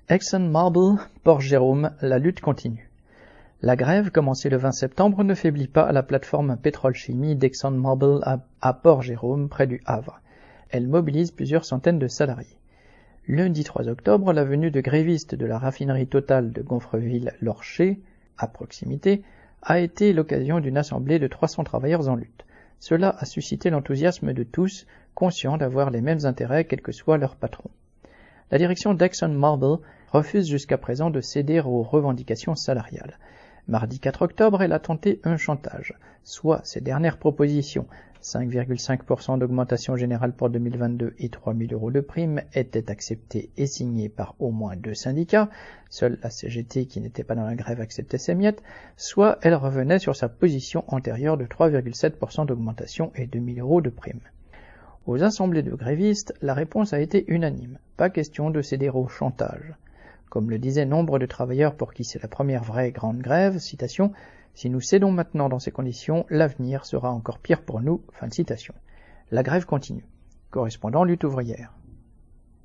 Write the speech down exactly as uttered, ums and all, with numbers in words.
ExxonMobil, Port-Jérôme, la lutte continue. La grève, commencée le vingt septembre, ne faiblit pas à la plateforme pétrole-chimie d'ExxonMobil à, à Port-Jérôme, près du Havre. Elle mobilise plusieurs centaines de salariés. Lundi trois octobre, la venue de grévistes de la raffinerie Total de Gonfreville-Lorcher, à proximité, a été l'occasion d'une assemblée de trois cents travailleurs en lutte. Cela a suscité l'enthousiasme de tous, conscients d'avoir les mêmes intérêts quel que soit leur patron. La direction d'ExxonMobil refuse jusqu'à présent de céder aux revendications salariales. Mardi quatre octobre, elle a tenté un chantage, soit ses dernières propositions, cinq virgule cinq pour cent d'augmentation générale pour deux mille vingt-deux et trois mille euros de prime, étaient acceptées et signées par au moins deux syndicats, seule la C G T qui n'était pas dans la grève acceptait ces miettes, soit elle revenait sur sa position antérieure de trois virgule sept pour cent d'augmentation et deux mille euros de prime. Aux assemblées de grévistes, la réponse a été unanime, pas question de céder au chantage. Comme le disaient nombre de travailleurs pour qui c'est la première vraie grande grève, citation, « Si nous cédons maintenant dans ces conditions, l'avenir sera encore pire pour nous », fin de citation. La grève continue. Correspondant Lutte ouvrière.